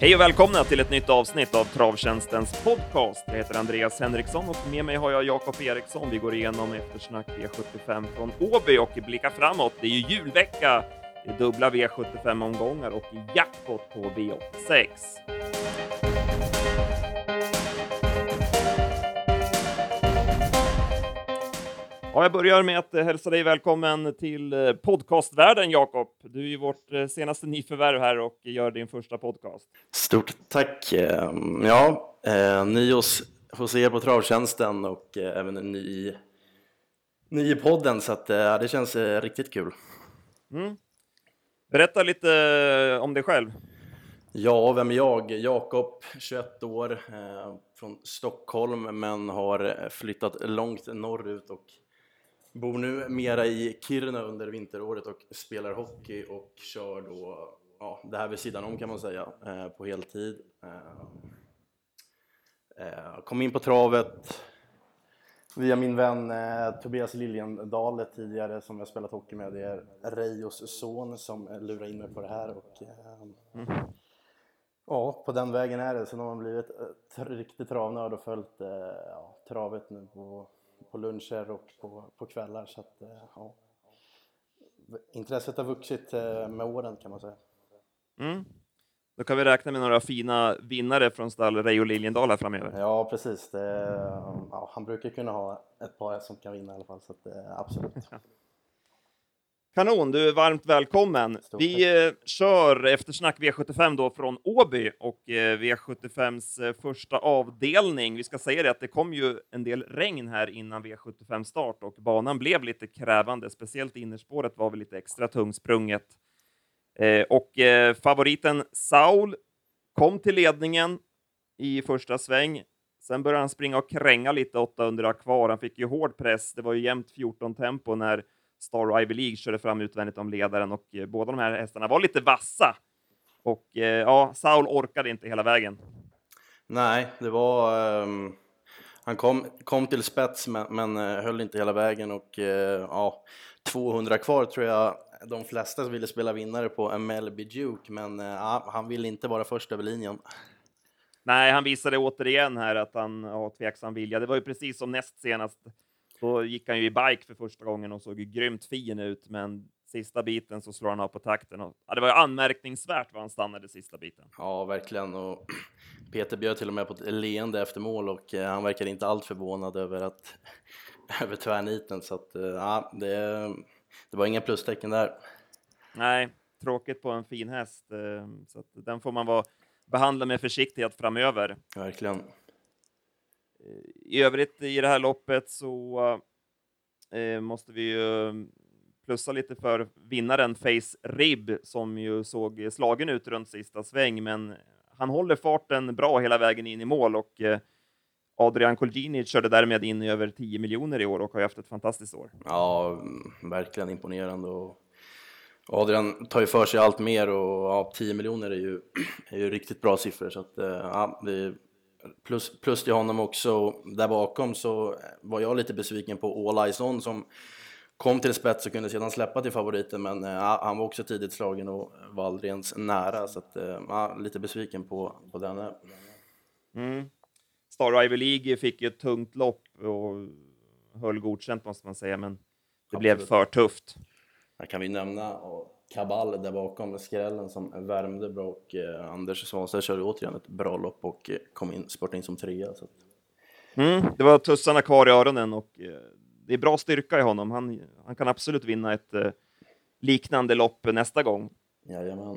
Hej och välkomna till ett nytt avsnitt av Travtjänstens podcast. Jag heter Andreas Henriksson och med mig har jag Jakob Eriksson. Vi går igenom eftersnack V75 från Åby och blickar framåt. Det är ju julvecka, det är dubbla V75-omgångar och jackpot på V86. Ja, jag börjar med att hälsa dig välkommen till podcastvärlden, Jakob. Du är ju vårt senaste nyförvärv här och gör din första podcast. Stort tack. Ny hos er på Travtjänsten och även en ny i podden, så att det känns riktigt kul. Berätta lite om dig själv. Ja, vem är jag? Jakob, 21 år, från Stockholm, men har flyttat långt norrut och bor nu mera i Kiruna under vinteråret och spelar hockey och kör då det här vid sidan om, kan man säga, på heltid. Kom in på travet via min vän Tobias Liljendal tidigare, som jag spelat hockey med. Det är Reijos son som lurar in mig på det här och på den vägen är det. Så har man blivit riktigt travnörd och följt travet nu på luncher och på kvällar, så att intresset har vuxit med åren, kan man säga. Då kan vi räkna med några fina vinnare från stall Reijo Liljendal här framöver. Ja, precis. Han brukar kunna ha ett par som kan vinna i alla fall, så att, absolut. Kanon, du är varmt välkommen. Vi kör eftersnack V75 då från Åby och V75s första avdelning. Vi ska säga det att det kom ju en del regn här innan V75 start och banan blev lite krävande. Speciellt innerspåret var väl lite extra tungsprunget. Och favoriten Saul kom till ledningen i första sväng. Sen började han springa och kränga lite 800 kvar. Han fick ju hård press. Det var ju jämnt 14 tempo när Star Ivy League körde fram utvändigt om ledaren, och båda de här hästarna var lite vassa. Och Saul orkade inte hela vägen. Nej, det var... han kom till spets men höll inte hela vägen, och 200 kvar tror jag de flesta ville spela vinnare på Melby Duke, men han ville inte vara först över linjen. Nej, han visade återigen här att han har tveksam vilja. Det var ju precis som näst senast. Då gick han ju i bike för första gången och såg ju grymt fin ut, men sista biten så slår han av på takten. Och, det var ju anmärkningsvärt vad han stannade sista biten. Ja, verkligen. Och Peter bjöd till och med på ett leende efter mål, och han verkar inte allt förvånad över tvärniten. Så att det var inga plustecken där. Nej, tråkigt på en fin häst. Så att den får man behandla med försiktighet framöver. Verkligen. I övrigt i det här loppet så måste vi ju plussa lite för vinnaren Face Rib, som ju såg slagen ut runt sista sväng, men han håller farten bra hela vägen in i mål, och Adrian Colgjini körde därmed in i över 10 miljoner i år och har haft ett fantastiskt år. Ja, verkligen imponerande, och Adrian tar ju för sig allt mer, och 10 miljoner är ju riktigt bra siffror, så att det är plus till honom också. Där bakom så var jag lite besviken på All Eyes On, som kom till spets och kunde sedan släppa till favoriten, men han var också tidigt slagen och var aldrig ens nära, så att lite besviken på den här. Star Ivy League fick ju ett tungt lopp och höll godkänt, måste man säga, men det blev för tufft. Här kan vi nämna Kabal där bakom, skrällen som värmde bra, och Anders Svanstedt körde återigen ett bra lopp och kom in, spurtade in som 3. Så. Det var tussarna kvar i öronen, och det är bra styrka i honom. Han kan absolut vinna ett liknande lopp nästa gång. Jajamän.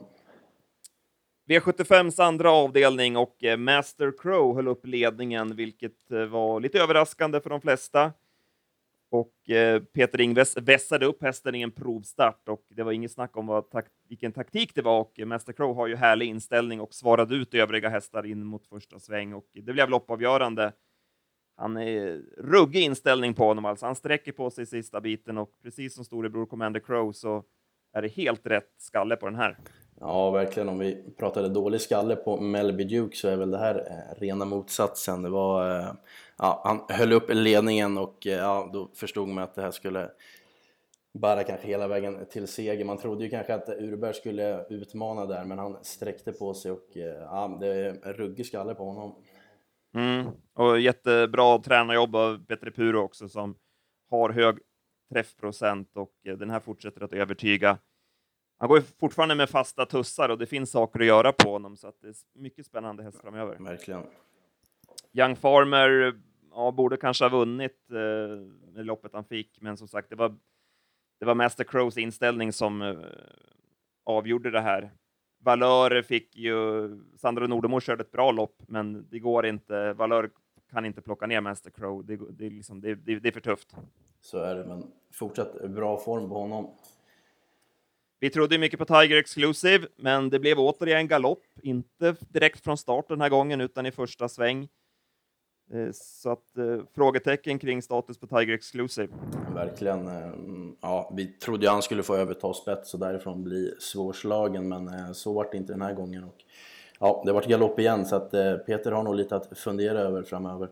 V75s andra avdelning, och Master Crow höll upp ledningen, vilket var lite överraskande för de flesta. Och Peter Ingves vässade upp hästen i en provstart, och det var inget snack om vilken taktik det var, och Master Crow har ju härlig inställning och svarade ut övriga hästar in mot första sväng, och det blev loppavgörande. Han är ruggig inställning på honom, alltså han sträcker på sig sista biten, och precis som storebror Commander Crow så är det helt rätt skalle på den här. Ja, verkligen. Om vi pratade dålig skalle på Melby Duke så är väl det här rena motsatsen. Det var han höll upp ledningen, och då förstod man att det här skulle bara kanske hela vägen till seger. Man trodde ju kanske att Urberg skulle utmana där, men han sträckte på sig och ja, det är en ruggig skalle på honom. Och jättebra tränarjobb av Petri Puro också, som har hög träffprocent, och den här fortsätter att övertyga. Han går ju fortfarande med fasta tussar och det finns saker att göra på honom, så att det är mycket spännande häst framöver. Verkligen. Young Farmer, ja, borde kanske ha vunnit med loppet han fick, men som sagt, det var Master Crows inställning som avgjorde det här. Valör fick ju, Sandra Nordemo körde ett bra lopp, men det går inte. Valör kan inte plocka ner Master Crow. Det är för tufft. Så är det, men fortsatt bra form på honom. Vi trodde mycket på Tiger Exclusive, men det blev återigen galopp. Inte direkt från start den här gången, utan i första sväng. Så att frågetecken kring status på Tiger Exclusive. Verkligen. Ja, vi trodde ju han skulle få överta spets och därifrån bli svårslagen, men så var det inte den här gången. Och ja, det var galopp igen, så att Peter har nog lite att fundera över framöver.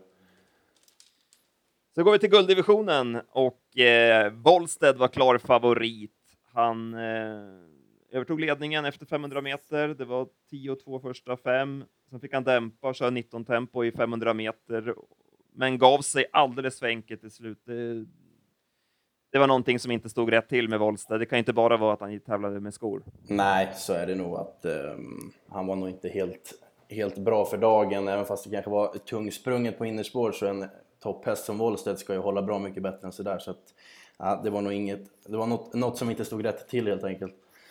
Så går vi till gulddivisionen, och Wollsted var klar favorit. Han övertog ledningen efter 500 meter. Det var 10-2 första 5. Sen fick han dämpa och köra 19 tempo i 500 meter. Men gav sig alldeles för enkelt till slut. Det var någonting som inte stod rätt till med Wollsted. Det kan inte bara vara att han tävlade med skor. Nej, så är det nog att han var nog inte helt bra för dagen. Även fast det kanske var tungsprunget på innerspår, så en topphäst som Wollsted ska ju hålla bra mycket bättre än sådär. Så att ja, det var nog något som inte stod rätt till helt enkelt.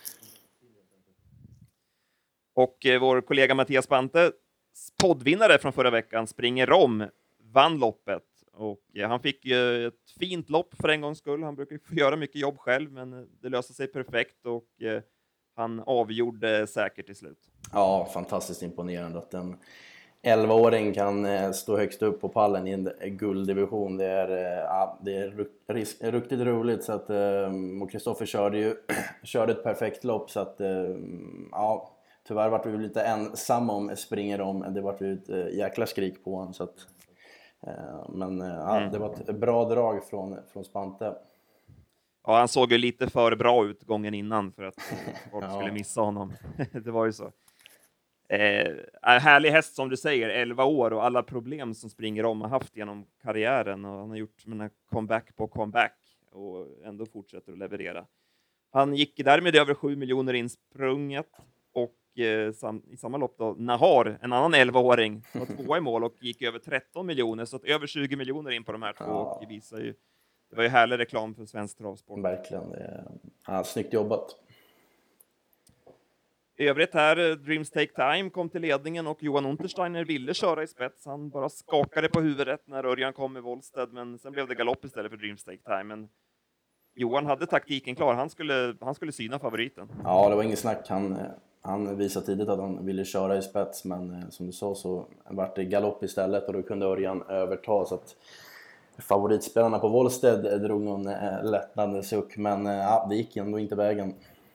Och vår kollega Mattias Bante, poddvinnare från förra veckan, springer om, vann loppet. Och han fick ju ett fint lopp för en gångs skull. Han brukar få göra mycket jobb själv, men det löste sig perfekt, och han avgjorde säkert till slut. Ja, fantastiskt imponerande att en 11-åring kan stå högst upp på pallen i en gulddivision. Det är riktigt roligt. Så att och Kristoffer körde ett perfekt lopp, så att ja, tyvärr var vi lite ensamma om springer om. Det var ju ett jäkla skrik på honom, så att men ja, det var ett bra drag från Spante. Ja, han såg ju lite för bra ut gången innan för att folk skulle missa honom. Det var ju så. Härlig häst som du säger, 11 år, och alla problem som springer om har haft genom karriären, och han har gjort comeback på comeback och ändå fortsätter att leverera. Han gick därmed över 7 miljoner insprunget, och i samma lopp då Nahar, en annan 11-åring, var 2 i mål och gick över 13 miljoner, så att över 20 miljoner in på de här två. Ja. Och det visar ju, det var ju härlig reklam för svensk travsport. Verkligen, snyggt jobbat. I övrigt här, Dreams Take Time kom till ledningen, och Johan Untersteiner ville köra i spets. Han bara skakade på huvudet när Örjan kom med Wollsted, men sen blev det galopp istället för Dreams Take Time. Men Johan hade taktiken klar, han skulle syna favoriten. Ja, det var inget snack. Han visade tidigt att han ville köra i spets, men som du sa så var det galopp istället, och då kunde Örjan överta, så att favoritspelarna på Wollsted drog någon lättnadens suck, men ja, det gick ändå inte vägen.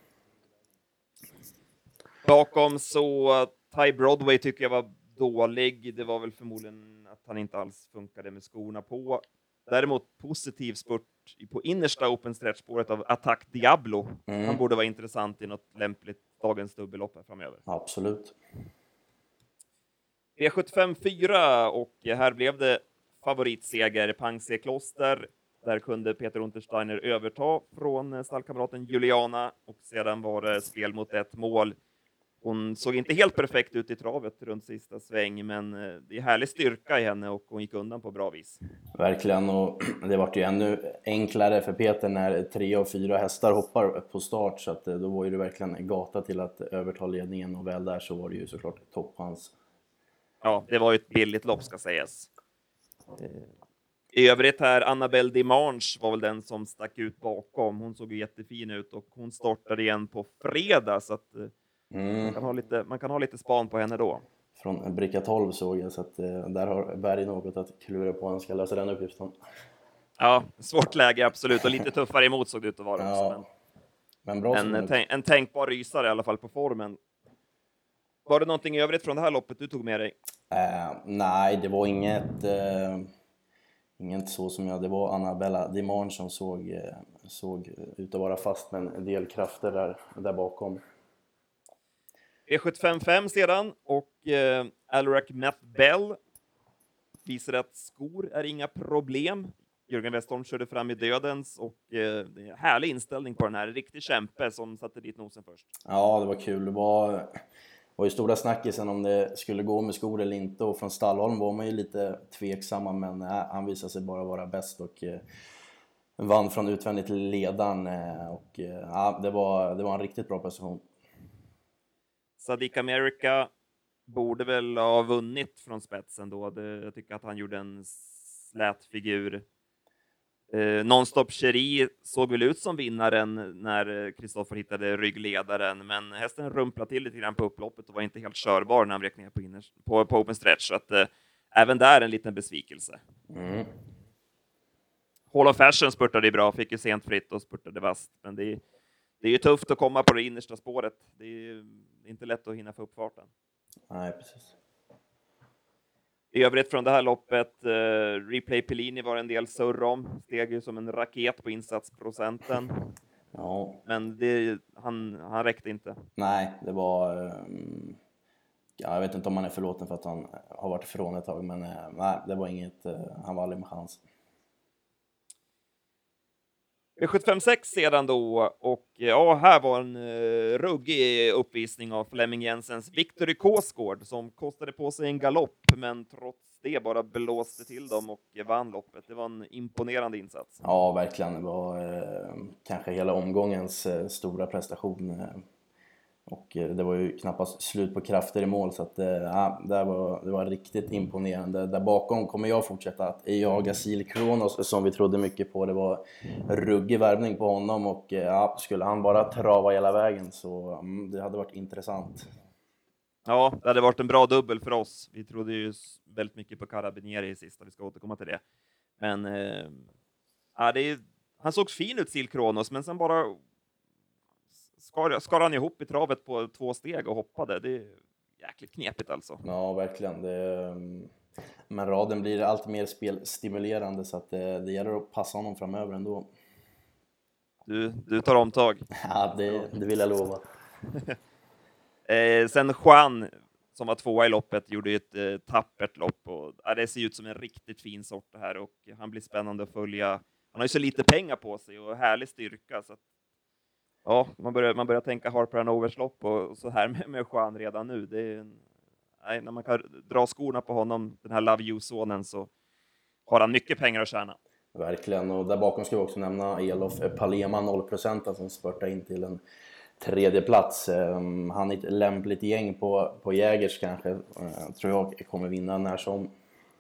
Bakom så Ty Broadway tycker jag var dålig. Det var väl förmodligen att han inte alls funkade med skorna på. Däremot positiv spurt på innersta open stretch-spåret av Attack Diablo. Han borde vara intressant i något lämpligt dagens dubbellopp här framöver. Absolut. V75-4, och här blev det favoritseger Pangse Kloster. Där kunde Peter Untersteiner överta från stallkamraten Juliana, och sedan var det spel mot ett mål. Hon såg inte helt perfekt ut i travet runt sista sväng, men det är härlig styrka i henne, och hon gick undan på bra vis. Verkligen, och det var ju ännu enklare för Peter när 3 av 4 hästar hoppar på start, så att då var ju det verkligen en gata till att överta ledningen, och väl där så var det ju såklart toppchans. Ja, det var ju ett billigt lopp ska sägas. I övrigt här, Annabelle Dimanche var väl den som stack ut bakom. Hon såg ju jättefin ut, och hon startade igen på fredag, så att man kan ha lite span på henne då. Från bricka 12 såg jag, så att där har Berg något att klura på. Han ska lösa den uppgiften. Ja, svårt läge absolut, och lite tuffare emot såg det ut att vara också. Ja, men bra en tänkbar rysare i alla fall på formen. Var det någonting i övrigt från det här loppet du tog med dig? Nej, det var Inget så som det var Annabella Dimanche som såg ut att vara fast med en del krafter där bakom. V75 sedan och Alarac Matt Bell visar att skor är inga problem. Jörgen Westholm körde fram i dödens och det är en härlig inställning på den här. Riktig kämpe som satte dit nosen först. Ja, det var kul. Det var ju stora snackisen om det skulle gå med skor eller inte, och från Stallholm var man ju lite tveksamma, men han visade sig bara vara bäst och vann från utvändigt ledaren och det var en riktigt bra prestation. Sadiq America borde väl ha vunnit från spetsen då. Jag tycker att han gjorde en slät figur. Nonstop Cherie såg väl ut som vinnaren när Kristoffer hittade ryggledaren, men hästen rumplade till lite grann på upploppet och var inte helt körbar när han vek ner på open stretch, så att även där en liten besvikelse. Hall of Fashion spurtade bra, fick ju sent fritt och spurtade vast, men det är ju tufft att komma på det innersta spåret. Det är inte lätt att hinna få upp farten. Nej, precis. I övrigt från det här loppet, Replay Pellini var en del surr om. Steg ju som en raket på insatsprocenten. Ja. Men han räckte inte. Nej, det var... jag vet inte om man är förlåten för att han har varit ifrån ett tag, men nej, det var inget... han var aldrig med chans. V756 sedan då, och ja, här var en ruggig uppvisning av Flemming Jensens Victory Kåsgård som kostade på sig en galopp, men trots det bara blåste till dem och vann loppet. Det var en imponerande insats. Ja, verkligen. Det var kanske hela omgångens stora prestation. Och det var ju knappast slut på krafter i mål, så att det var riktigt imponerande. Där bakom kommer jag fortsätta att jaga Sil Kronos som vi trodde mycket på. Det var ruggig värvning på honom, och skulle han bara trava hela vägen så det hade varit intressant. Ja, det hade varit en bra dubbel för oss. Vi trodde ju väldigt mycket på Carabinieri i sista, vi ska återkomma till det. Men han såg fin ut, Sil Kronos, men sen bara skar han ihop i travet på 2 steg och hoppade. Det är jäkligt knepigt alltså. Ja, verkligen. Men raden blir allt mer spelstimulerande, så att det gäller att passa honom framöver ändå. Du tar omtag. Ja, det vill jag lova. Sen Juan, som var 2 i loppet, gjorde ett tappert lopp. Och, det ser ut som en riktigt fin sort det här, och han blir spännande att följa. Han har ju så lite pengar på sig och härlig styrka, så att ja, man börjar tänka Harper Hanovers lopp och så här med Juan redan nu. När man kan dra skorna på honom, den här Love You-sonen, så har han mycket pengar att tjäna. Verkligen, och där bakom ska vi också nämna Elof Palema 0% som spurtar in till en 3:e plats. Han är ett lämpligt gäng på Jägers kanske, tror jag kommer vinna när som.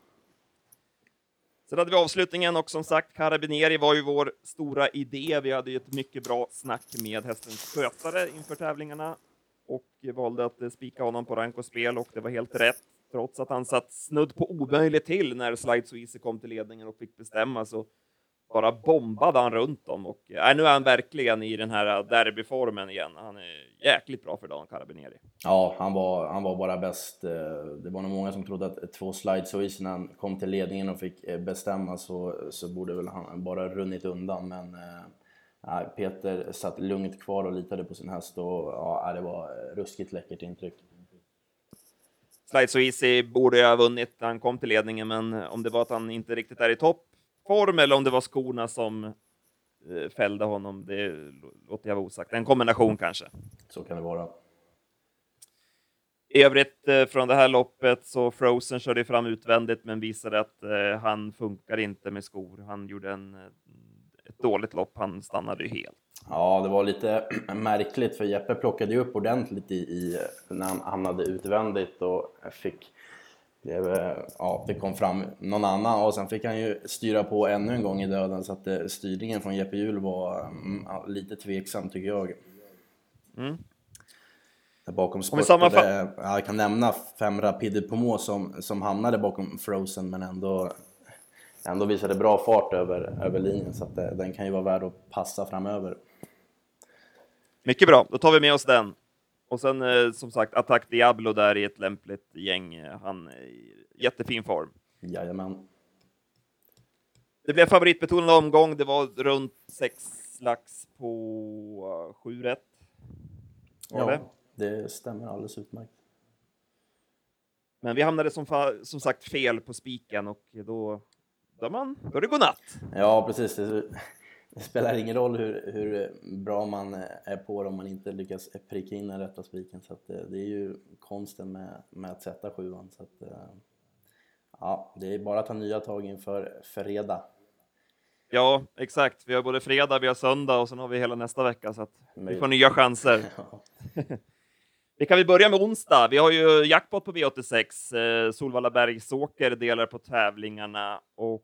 Sen hade vi avslutningen, och som sagt, Carabinieri var ju vår stora idé. Vi hade ju ett mycket bra snack med hästens skötare inför tävlingarna och valde att spika honom på rank och spel, och det var helt rätt. Trots att han satt snudd på omöjligt till när Slide So Easy kom till ledningen och fick bestämma, så bara bombade han runt dem. Och nu är han verkligen i den här derbyformen igen. Han är jäkligt bra för dagen, Carabinieri. Ja, han var bara bäst. Det var nog många som trodde att 2 Slide So Easy när han kom till ledningen och fick bestämma så borde väl han bara runnit undan. Men Peter satt lugnt kvar och litade på sin häst, och det var ruskigt läckert intryck. Slide So Easy borde jag ha vunnit när han kom till ledningen, men om det var att han inte riktigt är i toppform eller om det var skorna som fällde honom, det låter jag vara osagt. En kombination kanske. Så kan det vara. I övrigt från det här loppet så Frozen körde fram utvändigt, men visade att han funkar inte med skor. Han gjorde ett dåligt lopp, han stannade ju helt. Ja, det var lite märkligt, för Jeppe plockade ju upp ordentligt när han hamnade utvändigt och det kom fram någon annan, och sen fick han ju styra på ännu en gång i döden, så att styrningen från Jeppe Hjul var lite tveksam tycker jag. Bakom spurtade, jag kan nämna 5 Rapide Pomo som hamnade bakom Frozen, men ändå visade bra fart över linjen, så att den kan ju vara värd att passa framöver. Mycket bra, då tar vi med oss den. Och sen som sagt Attack Diablo där i ett lämpligt gäng. Han är i jättefin form. Jajamän. Det blev favoritbetonad omgång. Det var runt 6 lax på 7 rätt. Ja, det stämmer alldeles utmärkt. Men vi hamnade som sagt fel på spiken och då är det godnatt. Ja, precis. Det spelar ingen roll hur bra man är på det om man inte lyckas pricka in den rätta spiken. Så att det är ju konsten med att sätta 7:an. Så att, ja, det är bara att ta nya tag inför fredag. Ja, exakt. Vi har både fredag, vi har söndag och sen har vi hela nästa vecka så att vi får nya chanser. Vi kan väl börja med onsdag. Vi har ju jackpot på V86. Solvalla Bergsåker delar på tävlingarna och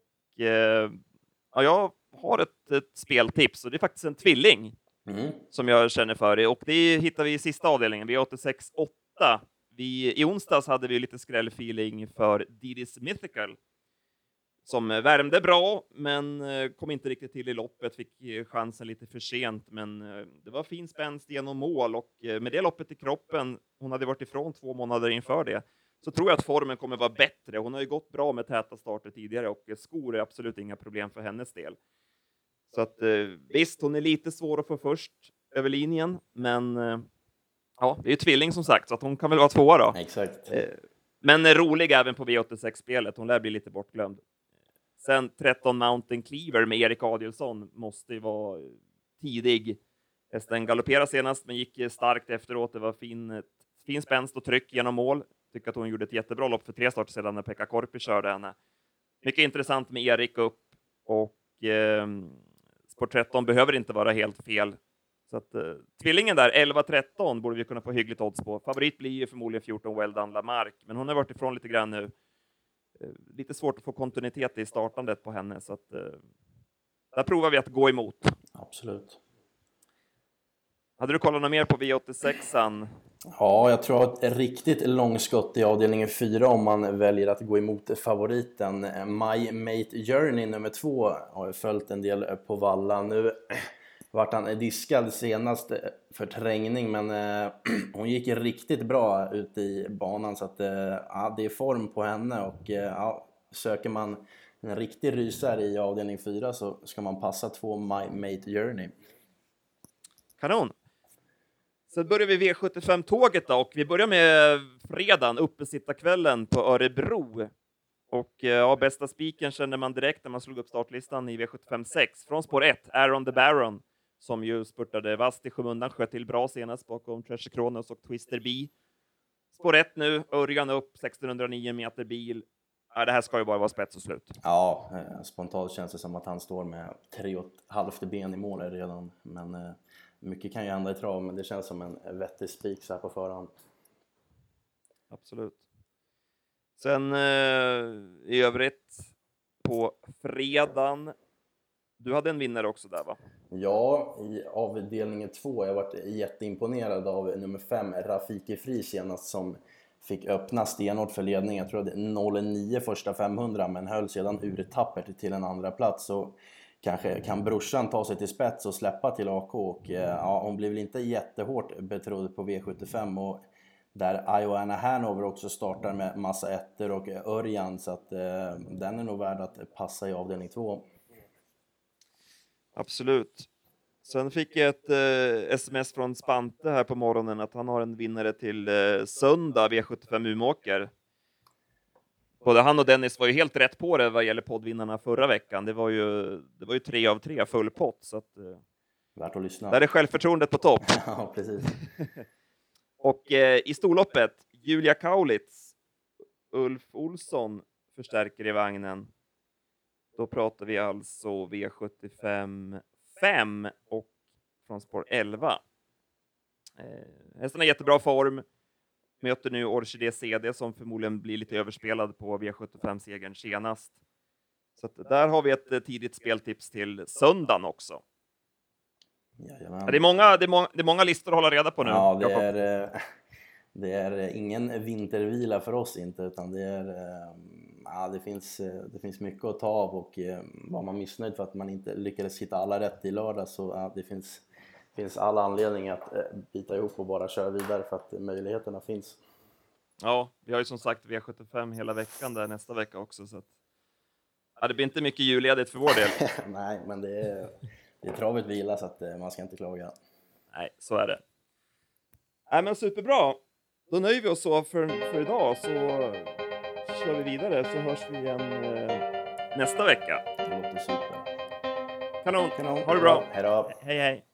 ja, jag har ett speltips och det är faktiskt en tvilling som jag känner för det och det hittar vi i sista avdelningen, V86-8. I onsdags hade vi lite skrällfeeling för Didis Mythical som värmde bra, men kom inte riktigt till i loppet, fick chansen lite för sent, men det var fin spänst genom mål och med det loppet i kroppen, hon hade varit ifrån 2 månader inför det, så tror jag att formen kommer vara bättre. Hon har ju gått bra med täta starter tidigare och skor är absolut inga problem för hennes del. Så att visst, hon är lite svår att få först över linjen, men ja, det är ju tvilling som sagt, så att hon kan väl vara 2 då. Exakt. Men rolig även på V86-spelet, hon lär bli lite bortglömd. Sen 13 Mountain Cleaver med Erik Adielsson måste ju vara tidig. Hästen galopperade senast men gick starkt efteråt. Det var fin spänst och tryck genom mål. Tycker att hon gjorde ett jättebra lopp för 3 starter sedan när Pekka Korpi körde henne. Mycket intressant med Erik upp och Sport 13 behöver inte vara helt fel. Så att tvillingen där, 11-13 borde vi kunna få hyggligt odds på. Favorit blir ju förmodligen 14 Well Done Lamarck, men hon har varit ifrån lite grann nu. Lite svårt att få kontinuitet i startandet på henne, så att där provar vi att gå emot. Absolut. Hade du kollat något mer på V86an? Ja, jag tror att ett riktigt långskott i avdelningen 4 om man väljer att gå emot favoriten. My Mate Journey nummer 2 har följt en del på Valla. Nu vart han diskad senast för trängning, men hon gick riktigt bra ut i banan, så att ja, det är form på henne och ja, söker man en riktig rysare i avdelning 4 så ska man passa 2 My Mate Journey. Kanon! Så börjar vi V75-tåget då, och vi börjar med fredagen, uppesittarkvällen på Örebro. Och ja, bästa spiken kände man direkt när man slog upp startlistan i V75-6. Från spår 1, Aaron the Baron, som ju spurtade vast i skymundan, sköt till bra senast bakom Treasure Kronos och Twister B. Spår 1 nu, Örjan upp, 1609 meter bil. Ja, det här ska ju bara vara spets och slut. Ja, spontant känns det som att han står med 3,5 ben i mål redan. Men mycket kan ju hända i trav, men det känns som en vettig spik så här på förhand. Absolut. Sen i övrigt på fredagen, du hade en vinnare också där, va? Ja, i avdelningen 2 jag varit jätteimponerad av nummer 5 Rafiki Fri senast, som fick öppna stenhårt för ledning. Jag tror det 0,9 första 500, men höll sedan ur tappert till en andra plats. Så kanske kan brorsan ta sig till spets och släppa till AK, och ja, hon blev väl inte jättehårt betrodd på V75, och där Ioana Hanover också startar med massa ettor och Örjan, så att den är nog värd att passa i avdelning 2. Absolut. Sen fick jag ett sms från Spante här på morgonen att han har en vinnare till söndag V75 Umeåker. Både han och Dennis var ju helt rätt på det vad gäller poddvinnarna förra veckan. Det var ju 3 av 3 full pott, så att värt att lyssna. Där är självförtroendet på topp. Ja, precis. Och i storloppet, Julia Kaulitz, Ulf Olsson förstärker i vagnen. Då pratar vi alltså V75 5 och från spår 11. Hästen har jättebra form. Möter nu Orchidé CD som förmodligen blir lite överspelad på V75-segern senast. Så att där har vi ett tidigt speltips till söndagen också. Jajamän. Det är många listor att hålla reda på nu. Ja, det är ingen vintervila för oss inte, utan det finns mycket att ta av, och var man missnöjd för att man inte lyckades hitta alla rätt i lördag, så det finns alla anledning att bita ihop och bara köra vidare, för att möjligheterna finns. Ja, vi har ju som sagt V75 hela veckan där nästa vecka också, så att Ja, det blir inte mycket julledigt för vår del. Nej, men det är travet vila så att man ska inte klaga. Nej, så är det. Nej, men superbra. Då nöjer vi oss så för idag, så kör vi vidare, så hörs vi igen nästa vecka. Det låter super. Kanon. Ha det bra. Hej då. Hej, hej.